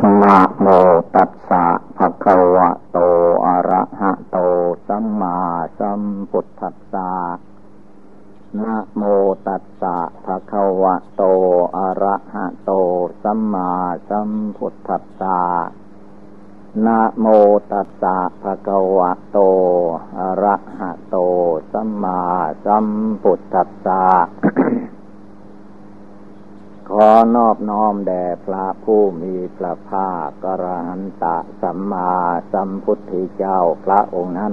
นะโมตัสสะภะคะวะโตอะระหะโตสัมมาสัมพุทธัสสะนะโมตัสสะภะคะวะโตอะระหะโตสัมมาสัมพุทธัสสะนะโมตัสสะภะคะวะโตอะระหะโตสัมมาสัมพุทธัสสะขอนอบน้อมแด่พระผู้มีพระภาคอรหันตสัมมาสัมพุทธเจ้าพระองค์นั้น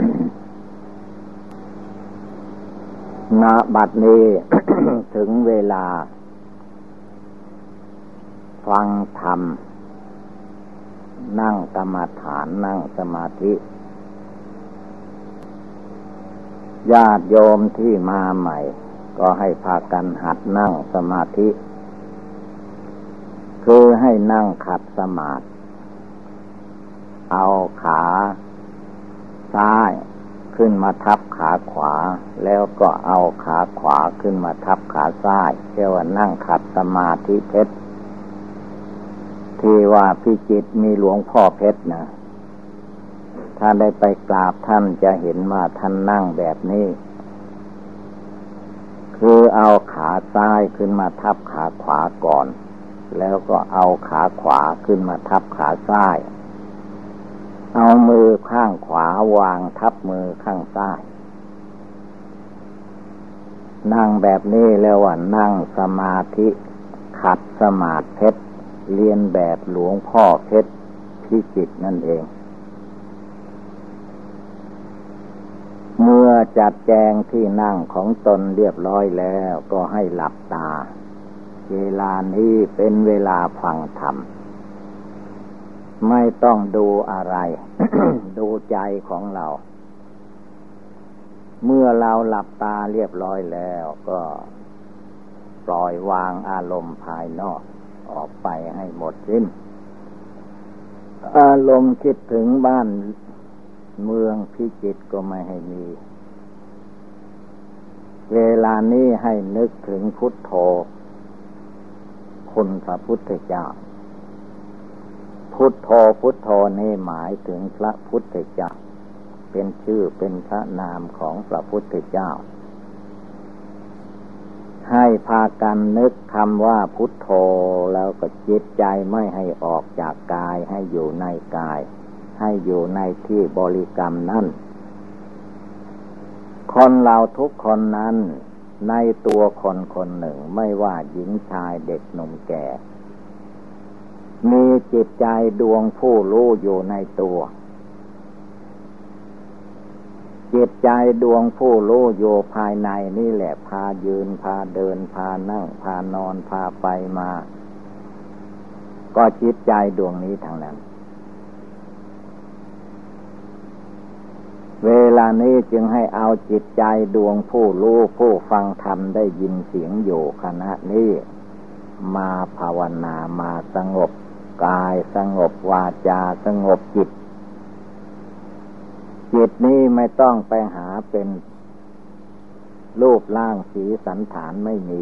ณ บัดนี้ ถึงเวลาฟังธรรมนั่งกรรมฐานนั่งสมาธิญาติโยมที่มาใหม่ก็ให้พากันหัดนั่งสมาธิคือให้นั่งขัดสมาธิเอาขาซ้ายขึ้นมาทับขาขวาแล้วก็เอาขาขวาขึ้นมาทับขาซ้ายเรียกว่านั่งขัดสมาธิเพชรที่ว่าพิจิตรมีหลวงพ่อเพชรนะถ้าได้ไปกราบท่านจะเห็นว่าท่านนั่งแบบนี้คือเอาขาซ้ายขึ้นมาทับขาขวาก่อนแล้วก็เอาขาขวาขึ้นมาทับขาซ้ายเอามือข้างขวาวางทับมือข้างซ้ายนั่งแบบนี้แล้วว่านั่งสมาธิขัดสมาธิเพชรเรียนแบบหลวงพ่อเพชรพิจิตรนั่นเองเมื่อจัดแจงที่นั่งของตนเรียบร้อยแล้วก็ให้หลับตาเวลานี้เป็นเวลาฟังธรรมไม่ต้องดูอะไร ดูใจของเราเมื่อเราหลับตาเรียบร้อยแล้วก็ปล่อยวางอารมณ์ภายนอกออกไปให้หมดสิ้นอารมณ์คิดถึงบ้านเมืองพิจิตรก็ไม่ให้มีเวลานี้ให้นึกถึงพุทโธคุณพระพุทธเจ้าพุทโธพุทโธนี่หมายถึงพระพุทธเจ้าเป็นชื่อเป็นพระนามของพระพุทธเจ้าให้พากันนึกคำว่าพุทโธแล้วก็จิตใจไม่ให้ออกจากกายให้อยู่ในกายให้อยู่ในที่บริกรรมนั้นคนเราทุกคนนั้นในตัวคนคนหนึ่งไม่ว่าหญิงชายเด็กหนุ่มแก่มีจิตใจดวงผู้รู้อยู่ในตัวจิตใจดวงผู้รู้อยู่ภายในนี่แหละพายืนพาเดินพานั่งพานอนพาไปมาก็จิตใจดวงนี้ทั้งนั้นเวลานี้จึงให้เอาจิตใจดวงผู้รู้ผู้ฟังธรรมได้ยินเสียงอยู่ขณะนี้มาภาวนามาสงบกายสงบวาจาสงบจิตจิตนี้ไม่ต้องไปหาเป็นรูปร่างสีสันฐานไม่มี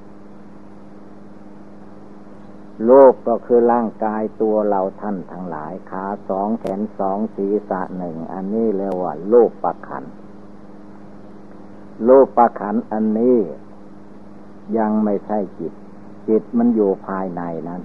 โลกก็คือร่างกายตัวเราท่านทั้งหลายขาสองแขนสองศีรษะหนึ่งอันนี้เรียกว่าโลกประขันโลกประขันอันนี้ยังไม่ใช่จิตจิตมันอยู่ภายในนั้น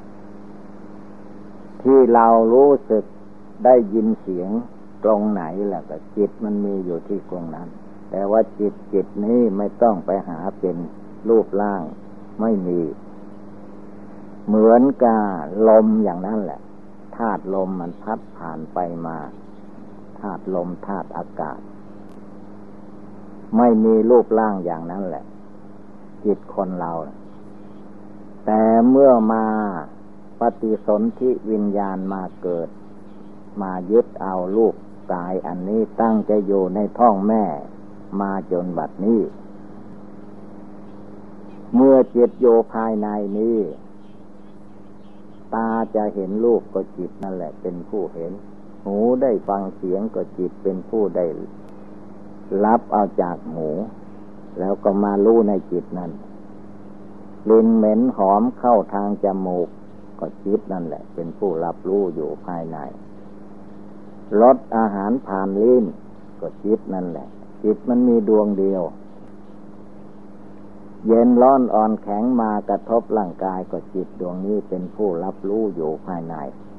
ที่เรารู้สึกได้ยินเสียงตรงไหนแหละก็จิตมันมีอยู่ที่ตรงนั้นแต่ว่าจิตนี้ไม่ต้องไปหาเป็นรูปร่างไม่มีเหมือนกับลมอย่างนั้นแหละธาตุลมมันพัดผ่านไปมาธาตุลมธาตุอากาศไม่มีรูปร่างอย่างนั้นแหละจิตคนเราแต่เมื่อมาปฏิสนธิวิญญาณมาเกิดมายึดเอารูปกายอันนี้ตั้งใจอยู่ในท้องแม่มาจนบัดนี้เมื่อจิตอยู่ภายในนี้ตาจะเห็นรูปก็จิตนั่นแหละเป็นผู้เห็นหูได้ฟังเสียงก็จิตเป็นผู้ได้รับเอาจากหูแล้วก็มารู้ในจิตนั้นลิ้นเหม็นหอมเข้าทางจมูกก็จิตนั่นแหละเป็นผู้รับรู้อยู่ภายในรสอาหารผ่านลิ้นก็จิตนั่นแหละจิตมันมีดวงเดียวเย็นร้อนอ่อนแข็งมากระทบร่างกายก็จิตดวงนี้เป็นผู้รับรู้อยู่ภายใน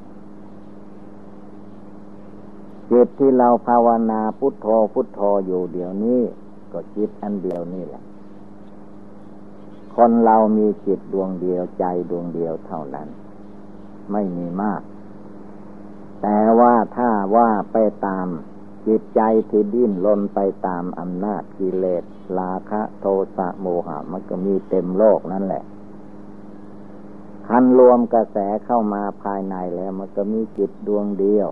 จิตที่เราภาวนาพุทโธพุทโธอยู่เดี๋ยวนี้ก็จิตอันเดียวนี่แหละคนเรามีจิตดวงเดียวใจดวงเดียวเท่านั้นไม่มีมากแต่ว่าถ้าว่าไปตามจิตใจที่ดิ้นรนไปตามอำนาจกิเลสราคะโทสะโมหะมันก็มีเต็มโลกนั่นแหละคันรวมกระแสเข้ามาภายในแล้วมันก็มีจิตดวงเดียว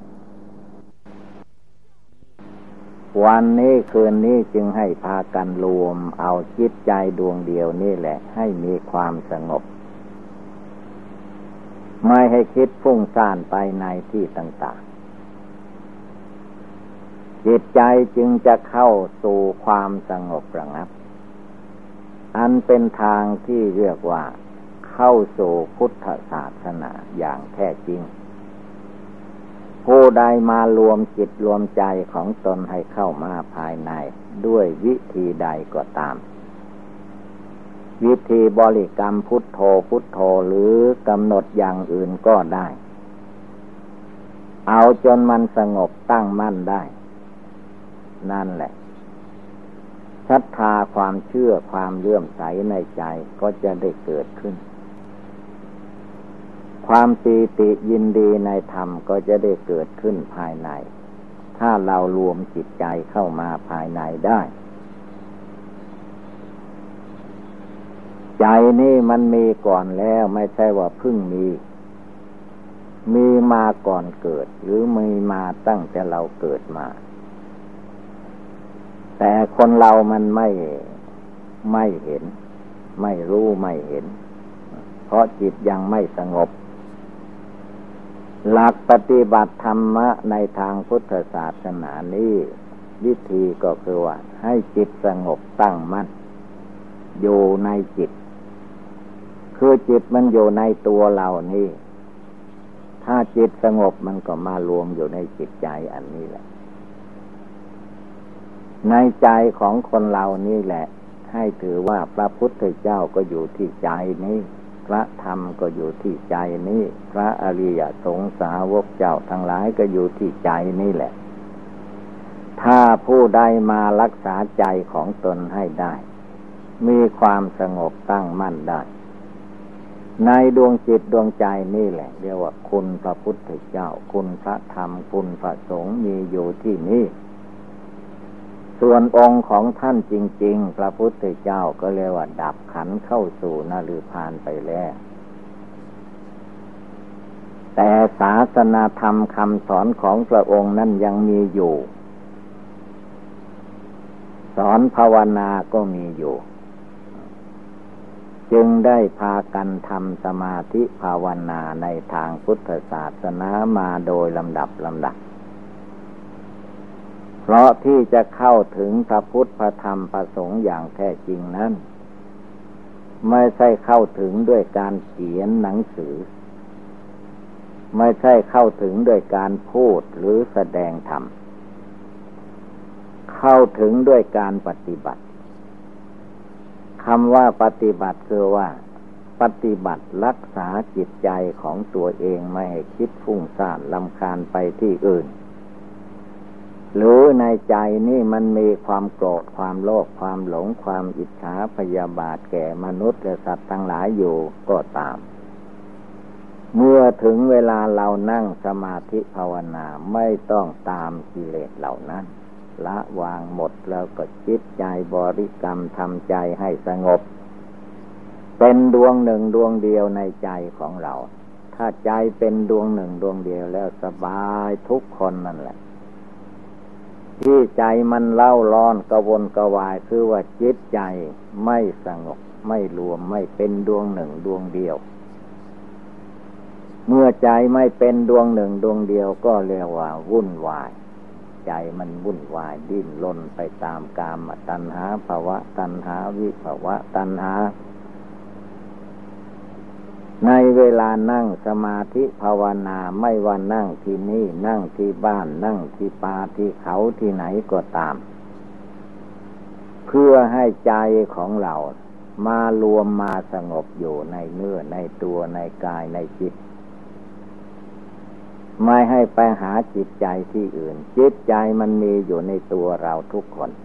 วันนี้คืนนี้จึงให้พากันรวมเอาจิตใจดวงเดียวนี่แหละให้มีความสงบไม่ให้คิดฟุ้งซ่านไปในที่ต่างๆจิตใจจึงจะเข้าสู่ความสงบระงับอันเป็นทางที่เรียกว่าเข้าสู่พุทธศาสนาอย่างแท้จริงผู้ใดมารวมจิตรวมใจของตนให้เข้ามาภายในด้วยวิธีใดก็ตามวิธีบริกรรมพุทโธพุทโธหรือกำหนดอย่างอื่นก็ได้เอาจนมันสงบตั้งมั่นได้นั่นแหละศรัทธาความเชื่อความเลื่อมใสในใจก็จะได้เกิดขึ้นความปีติยินดีในธรรมก็จะได้เกิดขึ้นภายในถ้าเรารวมจิตใจเข้ามาภายในได้ใจนี่มันมีก่อนแล้วไม่ใช่ว่าเพิ่งมีมาก่อนเกิดหรือมีมาตั้งแต่เราเกิดมาแต่คนเรามันไม่เห็นไม่รู้ไม่เห็นเพราะจิตยังไม่สงบหลักปฏิบัติธรรมะในทางพุทธศาสนานี้วิธีก็คือว่าให้จิตสงบตั้งมั่นอยู่ในจิตคือจิตมันอยู่ในตัวเรานี่ถ้าจิตสงบมันก็มารวมอยู่ในจิตใจอันนี้แหละในใจของคนเรานี่แหละให้ถือว่าพระพุทธเจ้าก็อยู่ที่ใจนี้พระธรรมก็อยู่ที่ใจนี้พระอริยสงฆ์สาวกเจ้าทั้งหลายก็อยู่ที่ใจนี่แหละถ้าผู้ใดมารักษาใจของตนให้ได้มีความสงบตั้งมั่นได้ในดวงจิตดวงใจนี่แหละเรียกว่าคุณพระพุทธเจ้าคุณพระธรรมคุณพระสงฆ์มีอยู่ที่นี่ส่วนองค์ของท่านจริงๆพระพุทธเจ้าก็เรียกว่าดับขันธ์เข้าสู่นฤพานไปแล้วแต่ศาสนาธรรมคำสอนของพระองค์นั้นยังมีอยู่สอนภาวนาก็มีอยู่จึงได้พากันทำสมาธิภาวนาในทางพุทธศาสนามาโดยลำดับเพราะที่จะเข้าถึงพระพุทธพระธรรมพระสงฆ์อย่างแท้จริงนั้นไม่ใช่เข้าถึงด้วยการเขียนหนังสือไม่ใช่เข้าถึงด้วยการพูดหรือแสดงธรรมเข้าถึงด้วยการปฏิบัติคำว่าปฏิบัติคือว่าปฏิบัติรักษาจิตใจของตัวเองไม่ให้คิดฟุ้งซ่านรำคาญไปที่อื่นหรือในใจนี่มันมีความโกรธความโลภความหลงความอิจฉาพยาบาทแก่มนุษย์และสัตว์ทั้งหลายอยู่ก็ตามเมื่อถึงเวลาเรานั่งสมาธิภาวนาไม่ต้องตามกิเลสเหล่านั้นละวางหมดแล้วก็จิตใจบริกรรมทำใจให้สงบเป็นดวงหนึ่งดวงเดียวในใจของเราถ้าใจเป็นดวงหนึ่งดวงเดียวแล้วสบายทุกคนนั่นแหละที่ใจมันเล่าร้อนกระวนกระวายคือว่าจิตใจไม่สงบไม่รวมไม่เป็นดวงหนึ่งดวงเดียวเมื่อใจไม่เป็นดวงหนึ่งดวงเดียวก็เรียกว่าวุ่นวายใจมันวุ่นวายดิ้นรนไปตามกามตัณหาภวตัณหาวิภวตัณหาในเวลานั่งสมาธิภาวนาไม่ว่านั่งที่นี่นั่งที่บ้านนั่งที่ป่าที่เขาที่ไหนก็ตามเพื่อให้ใจของเรามารวมมาสงบอยู่ในเนื้อในตัวในกายในจิตไม่ให้ไปหาจิตใจที่อื่นจิตใจมันมีอยู่ในตัวเราทุกคน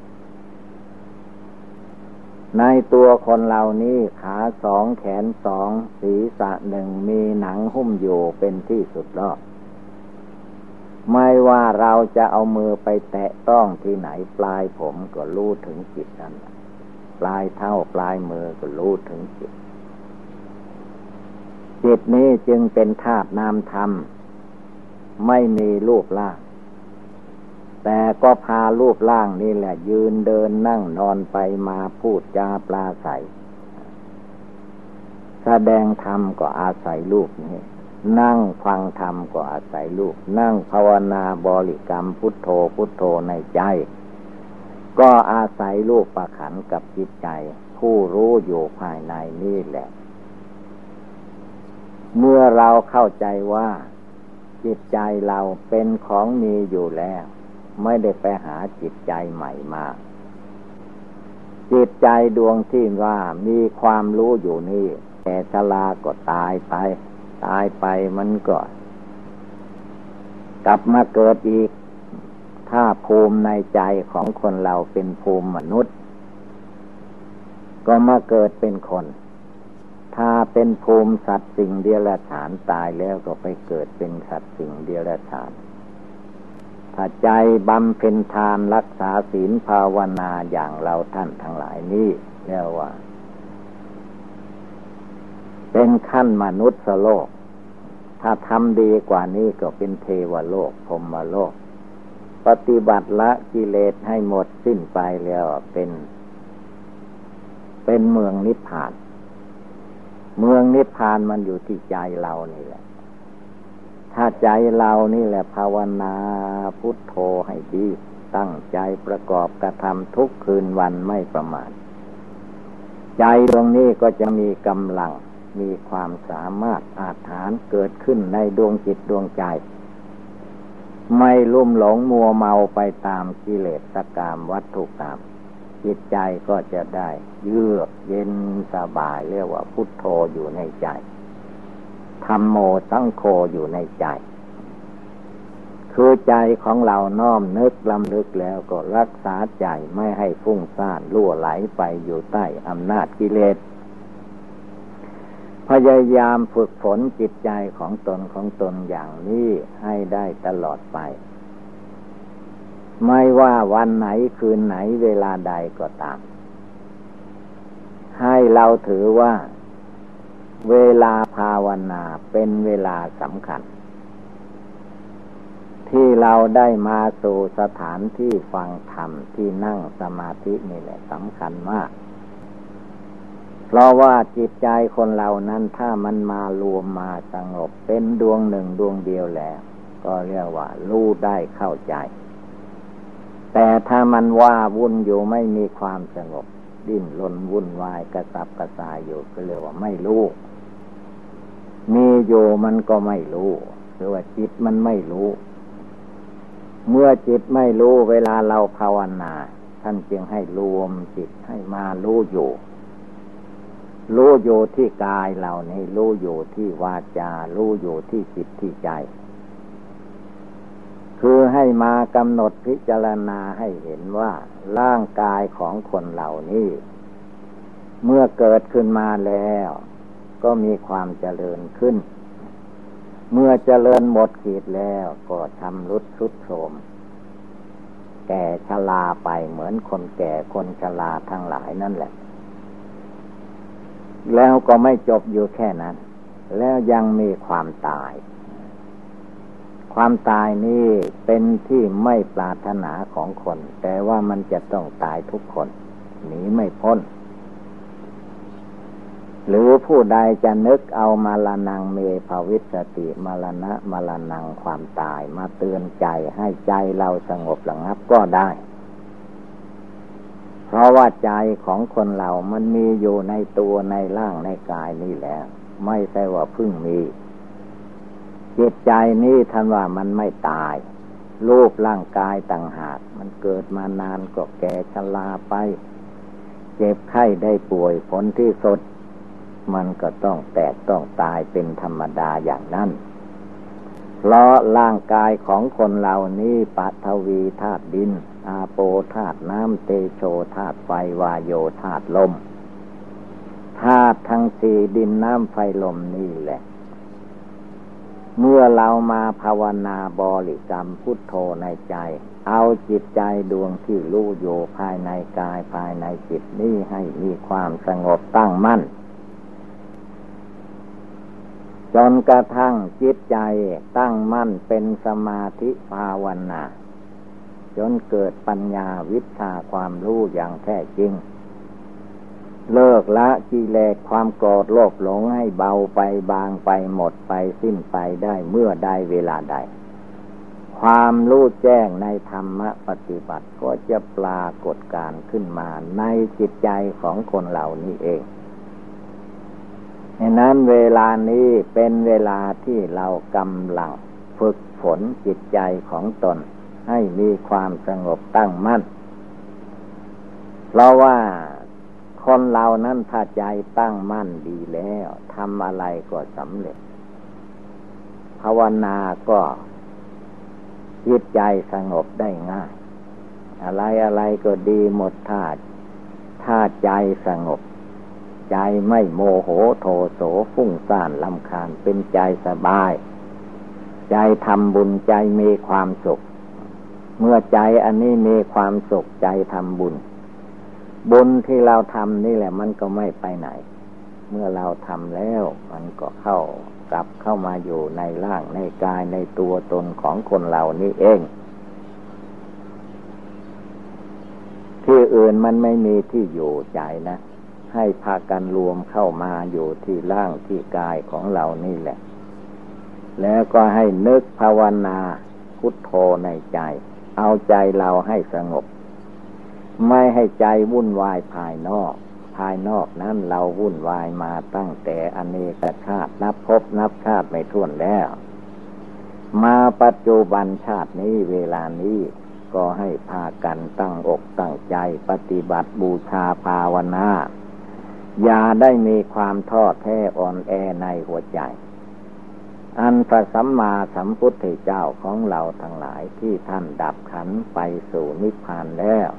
ในตัวคนเรานี้ขาสองแขนสองศีรษะหนึ่งมีหนังหุ้มอยู่เป็นที่สุดรอบไม่ว่าเราจะเอามือไปแตะต้องที่ไหนปลายผมก็รู้ถึงจิตนั่นปลายเท้าปลายมือก็รู้ถึงจิตจิตนี้จึงเป็นธาตุนามธรรมไม่มีรูปร่างแต่ก็พารูปร่างนี่แหละยืนเดินนั่งนอนไปมาพูดจาปราศัยแสดงธรรมก็อาศัยรูปนี้นั่งฟังธรรมก็อาศัยรูปนั่งภาวนาบริกรรมพุทโธพุทโธในใจก็อาศัยรูปประขันกับจิตใจผู้รู้อยู่ภายในนี่แหละเมื่อเราเข้าใจว่าจิตใจเราเป็นของมีอยู่แล้วไม่ได้ไปหาจิตใจใหม่มาจิตใจดวงที่ว่ามีความรู้อยู่นี่แก่ชราก็ตายไปมันก็กลับมาเกิดอีกถ้าภูมิในใจของคนเราเป็นภูมิมนุษย์ก็มาเกิดเป็นคนถ้าเป็นภูมิสัตว์สิ่งเดรัจฉานตายแล้วก็ไปเกิดเป็นสัตว์สิ่งเดรัจฉานถ้าใจบำเพ็ญทานรักษาศีลภาวนาอย่างเราท่านทั้งหลายนี้เรียกว่าเป็นขั้นมนุษย์โลกถ้าทำดีกว่านี้ก็เป็นเทวโลกพรหมโลกปฏิบัติละกิเลสให้หมดสิ้นไปแล้วเป็นเมืองนิพพานเมืองนิพพานมันอยู่ที่ใจเรานี่แหละถ้าใจเรานี่แหละภาวนาพุทโธให้ดีตั้งใจประกอบกระทำทุกคืนวันไม่ประมาทใจดวงนี้ก็จะมีกำลังมีความสามารถอาถรรพ์เกิดขึ้นในดวงจิตดวงใจไม่ลุ่มหลงมัวเมาไปตามกิเลสกามวัตถุกรรมจิตใจก็จะได้เยือกเย็นสบายเรียกว่าพุทโธอยู่ในใจธัมโมสังโฆอยู่ในใจคือใจของเราน้อมนึกลำลึกแล้วก็รักษาใจไม่ให้ฟุ้งซ่านล่วไหลไปอยู่ใต้อำนาจกิเลสพยายามฝึกฝนจิตใจของตนอย่างนี้ให้ได้ตลอดไปไม่ว่าวันไหนคืนไหนเวลาใดก็ตามให้เราถือว่าเวลาภาวนาเป็นเวลาสำคัญที่เราได้มาสู่สถานที่ฟังธรรมที่นั่งสมาธินี่แหละสำคัญมากเพราะว่าจิตใจคนเรานั้นถ้ามันมารวมมาสงบเป็นดวงหนึ่งดวงเดียวแล้วก็เรียกว่ารู้ได้เข้าใจแต่ถ้ามันว่าวุ่นอยู่ไม่มีความสงบดิ้นรนวุ่นวายกระสับกระส่ายอยู่ก็เรียกว่าไม่รู้มีอยู่มันก็ไม่รู้หรือว่าจิตมันไม่รู้เมื่อจิตไม่รู้เวลาเราภาวนาท่านจึงให้รวมจิตให้มารู้อยู่ที่กายเรานี่รู้อยู่ที่วาจารู้อยู่ที่จิตที่ใจคือให้มากำหนดพิจารณาให้เห็นว่าร่างกายของคนเหล่านี้เมื่อเกิดขึ้นมาแล้วก็มีความเจริญขึ้นเมื่อเจริญหมดขีดแล้วก็ชำรุดทรุดโทรมแก่ชราไปเหมือนคนแก่คนชราทั้งหลายนั่นแหละแล้วก็ไม่จบอยู่แค่นั้นแล้วยังมีความตายนี่เป็นที่ไม่ปรารถนาของคนแต่ว่ามันจะต้องตายทุกคนหนีไม่พ้นหรือผู้ใดจะนึกเอามาลานังเมภวิสติมรณะมรณังความตายมาเตือนใจให้ใจเราสงบระงับก็ได้เพราะว่าใจของคนเรามันมีอยู่ในตัวในร่างในกายนี่แหละไม่ใช่ว่าเพิ่งมีจิตใจนี้ท่านว่ามันไม่ตายรูปร่างกายต่างหากมันเกิดมานานก็แก่ชราไปเจ็บไข้ได้ป่วยผลที่สุดมันก็ต้องแตกต้องตายเป็นธรรมดาอย่างนั้นเพราะร่างกายของคนเหล่านี้ปฐวีธาตุดินอาโปธาตุน้ำเตโชธาตุไฟวาโยธาตุลมธาตุทั้งสี่ดินน้ำไฟลมนี่แหละเมื่อเรามาภาวนาบริกรรมพุทโธในใจเอาจิตใจดวงที่รู้อยู่ภายในกายภายในจิตนี้ให้มีความสงบตั้งมั่นจนกระทั่งจิตใจตั้งมั่นเป็นสมาธิภาวนาจนเกิดปัญญาวิชาความรู้อย่างแท้จริงเลิกละกิเลสความโกรธโลภหลงให้เบาไปบางไปหมดไปสิ้นไปได้เมื่อใดเวลาใดความรู้แจ้งในธรรมปฏิบัติก็จะปรากฏการขึ้นมาในจิตใจของคนเหล่านี้เองดังนั้นเวลานี้เป็นเวลาที่เรากำลังฝึกฝนจิตใจของตนให้มีความสงบตั้งมั่นเพราะว่าคนเรานั้นถ้าใจตั้งมั่นดีแล้วทำอะไรก็สำเร็จภาวนาก็จิตใจสงบได้ง่ายอะไรก็ดีหมดถ้าใจสงบใจไม่โมโหโทโสฟุ้งซ่านรำคาญเป็นใจสบายใจทำบุญใจมีความสุขเมื่อใจอันนี้มีความสุขใจทำบุญที่เราทำนี่แหละมันก็ไม่ไปไหนเมื่อเราทำแล้วมันก็กลับเข้ามาอยู่ในร่างในกายในตัวตนของคนเรานี่เองที่อื่นมันไม่มีที่อยู่ใจนะให้พากันรวมเข้ามาอยู่ที่ร่างที่กายของเรานี่แหละแล้วก็ให้นึกภาวนาพุทโธในใจเอาใจเราให้สงบไม่ให้ใจวุ่นวายภายนอกนั้นเราวุ่นวายมาตั้งแต่อเนกชาตินับพบนับชาติไม่ถ้วนแล้วมาปัจจุบันชาตินี้เวลานี้ก็ให้พากันตั้งอกตั้งใจปฏิบัติบูชาภาวนาอย่าได้มีความท้อแท้อ่อนแอในหัวใจอันพระสัมมาสัมพุทธเจ้าของเราทั้งหลายที่ท่านดับขันธ์ไปสู่นิพพานแล้ว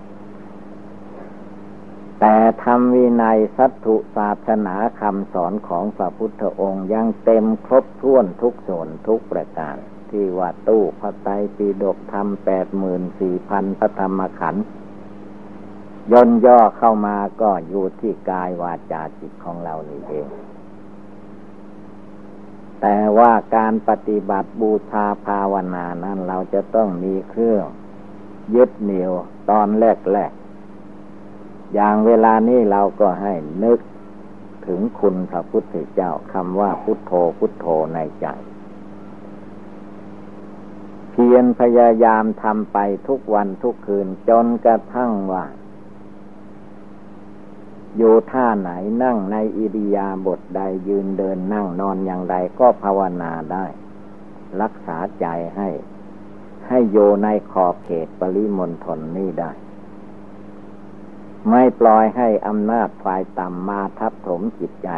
แต่ธรรมวินัยสัตถุศาสนาคำสอนของพระพุทธองค์ยังเต็มครบถ้วนทุกส่วนทุกประการที่ว่าตู้พระไตรปิฎกธรรม 84,000 พระธรรมขันธ์ย่นย่อเข้ามาก็อยู่ที่กายวาจาจิตของเรานี่เองแต่ว่าการปฏิบัติบูชาภาวนานั้นเราจะต้องมีเครื่องยึดเหนี่ยวตอนแรกอย่างเวลานี้เราก็ให้นึกถึงคุณพระพุทธเจ้าคำว่าพุทโธพุทโธในใจเพียรพยายามทำไปทุกวันทุกคืนจนกระทั่งว่าอยู่ท่าไหนนั่งในอิริยาบถใดยืนเดินนั่งนอนอย่างไรก็ภาวนาได้รักษาใจให้อยู่ในขอบเขตปริมณฑลนี้ได้ไม่ปล่อยให้อำนาจฝ่ายต่ำมาทับถมจิตใจ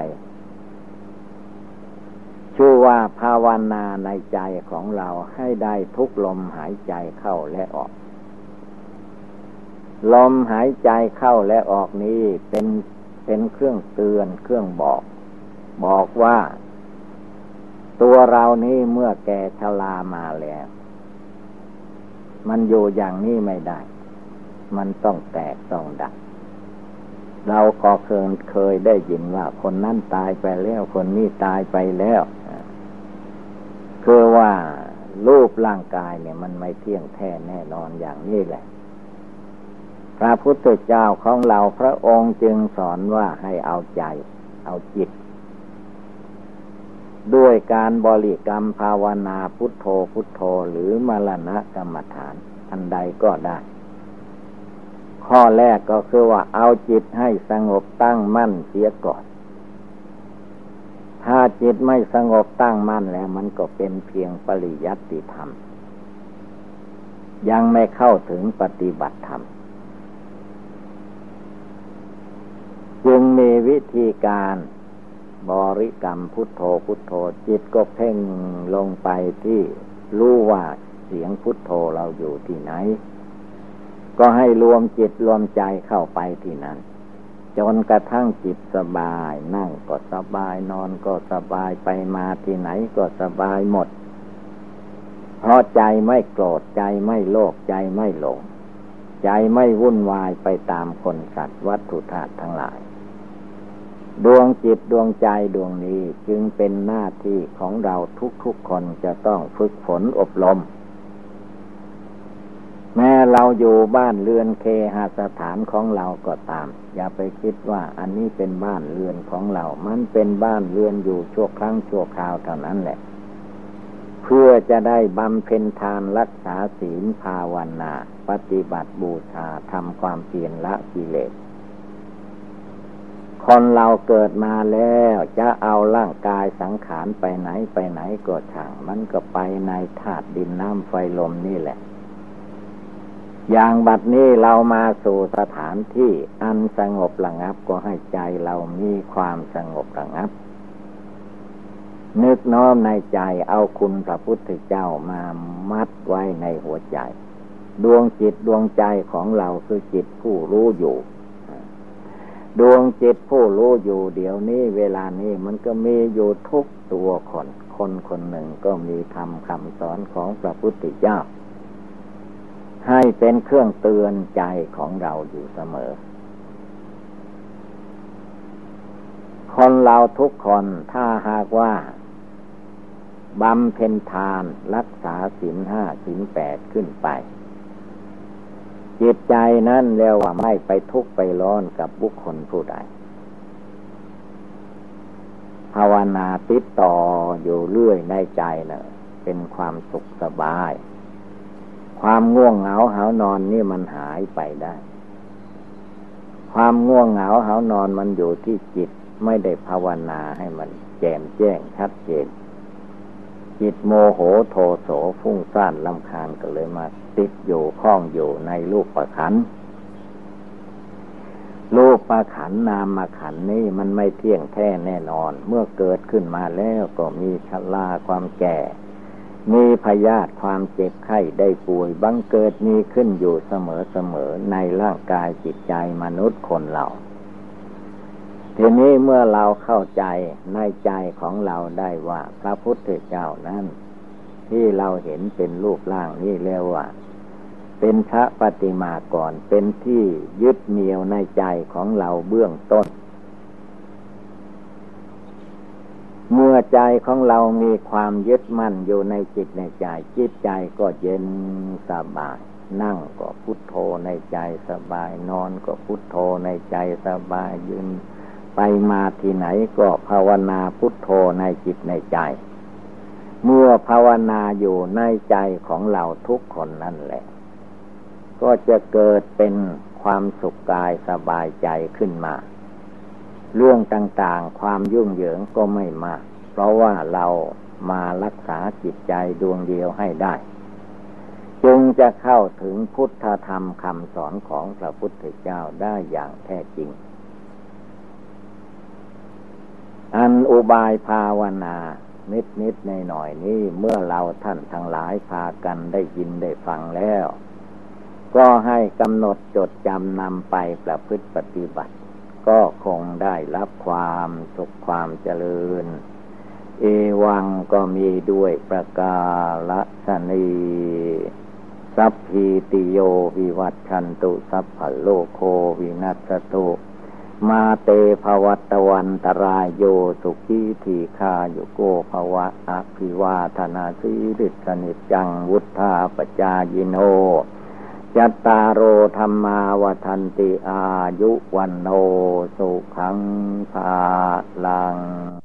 ชื่อว่าภาวนาในใจของเราให้ได้ทุกลมหายใจเข้าและออกลมหายใจเข้าและออกนี้เป็นเครื่องเตือนเครื่องบอกว่าตัวเรานี้เมื่อแก่ชรามาแล้วมันอยู่อย่างนี้ไม่ได้มันต้องแตกต้องดับเราก็เคยได้ยินว่าคนนั้นตายไปแล้วคนนี้ตายไปแล้วคือว่ารูปร่างกายเนี่ยมันไม่เที่ยงแท้แน่นอนอย่างนี้แหละพระพุทธเจ้าของเราพระองค์จึงสอนว่าให้เอาใจเอาจิตด้วยการบริกรรมภาวนาพุทโธพุทโธหรือมรณะกรรมฐานอันใดก็ได้ข้อแรกก็คือว่าเอาจิตให้สงบตั้งมั่นเสียก่อนถ้าจิตไม่สงบตั้งมั่นแล้วมันก็เป็นเพียงปริยัติธรรมยังไม่เข้าถึงปฏิบัติธรรมจึงมีวิธีการบริกรรมพุทโธพุทโธจิตก็เพ่งลงไปที่รู้ว่าเสียงพุทโธเราอยู่ที่ไหนก็ให้รวมจิตรวมใจเข้าไปที่นั้นจนกระทั่งจิตสบายนั่งก็สบายนอนก็สบายไปมาที่ไหนก็สบายหมดเพราะใจไม่โกรธใจไม่โลภใจไม่หลงใจไม่วุ่นวายไปตามคนสัตว์วัตถุธาตุทั้งหลายดวงจิตดวงใจดวงนี้จึงเป็นหน้าที่ของเราทุกๆคนจะต้องฝึกฝนอบรมแม้เราอยู่บ้านเรือนเคหสถานของเราก็ตามอย่าไปคิดว่าอันนี้เป็นบ้านเรือนของเรามันเป็นบ้านเรือนอยู่ชั่วครั้งชั่วคราวเท่านั้นแหละเพื่อจะได้บำเพ็ญทานรักษาศีลภาวนาปฏิบัติบูชาทำความเพียรละกิเลสคนเราเกิดมาแล้วจะเอาร่างกายสังขารไปไหนก็ช่างมันก็ไปในธาตุดินน้ำไฟลมนี่แหละอย่างบัดนี้เรามาสู่สถานที่อันสงบระงับก็ให้ใจเรามีความสงบระงับนึกน้อมในใจเอาคุณพระพุทธเจ้ามามัดไว้ในหัวใจดวงจิตดวงใจของเราคือจิตผู้รู้อยู่ดวงจิตผู้รู้อยู่เดี๋ยวนี้เวลานี้มันก็มีอยู่ทุกตัวคนหนึ่งก็มีธรรมคำสอนของพระพุทธเจ้าให้เป็นเครื่องเตือนใจของเราอยู่เสมอคนเราทุกคนถ้าหากว่าบำเพ็ญทานรักษาศีล5ศีล8ขึ้นไปจิตใจนั้นเรียกว่าไม่ไปทุกข์ไปร้อนกับบุคคลผู้ใดภาวนาติดต่ออยู่เรื่อยในใจน่ะเป็นความสุขสบายความง่วงเหงาหานอนนี่มันหายไปได้ความง่วงเหงาหานอนมันอยู่ที่จิตไม่ได้ภาวนาให้มันแจ่มแจ้งชัดเจนจิตโมโหโทโสฟุ้งซ่านรำคาญก็เลยมาติดอยู่ข้องอยู่ในรูปขันธ์รูปขันธ์นามขันธ์นี่มันไม่เที่ยงแท้แน่นอนเมื่อเกิดขึ้นมาแล้วก็มีชราความแก่มีพยาธิความเจ็บไข้ได้ป่วยบังเกิดมีขึ้นอยู่เสมอในร่างกายจิตใจมนุษย์คนเราทีนี้เมื่อเราเข้าใจในใจของเราได้ว่าพระพุทธเจ้านั้นที่เราเห็นเป็นรูปร่างนี้เรียกว่าเป็นพระปฏิมากรเป็นที่ยึดเหนี่ยวในใจของเราเบื้องต้นเมื่อใจของเรามีความยึดมั่นอยู่ในจิตในใจจิตใจก็เย็นสบายนั่งก็พุทโธในใจสบายนอนก็พุทโธในใจสบายยืนไปมาที่ไหนก็ภาวนาพุทโธในจิตในใจเมื่อภาวนาอยู่ในใจของเราทุกคนนั่นแหละก็จะเกิดเป็นความสุขกายสบายใจขึ้นมาเรื่องต่างๆความยุ่งเหยิงก็ไม่มากเพราะว่าเรามารักษาจิตใจดวงเดียวให้ได้จึงจะเข้าถึงพุทธธรรมคำสอนของพระพุทธเจ้าได้อย่างแท้จริงอันอุบายภาวนานิดๆหน่อยๆนี้เมื่อเราท่านทั้งหลายพากันได้ยินได้ฟังแล้วก็ให้กำหนดจดจำนำไปประพฤติปฏิบัติก็คงได้รับความสุขความเจริญเอวังก็มีด้วยประกาศนีสัพพิติโยวิวัชชันตุสัพพะโลกโควินัสตุมาเตภวัตวันตรายโยสุขีทีฆายุโกภวะอภิวาทนาสีริสนิจจังวุฒาปจายโนจัตตารโอธรรมาวทันติอายุวันโนสุขังภาลัง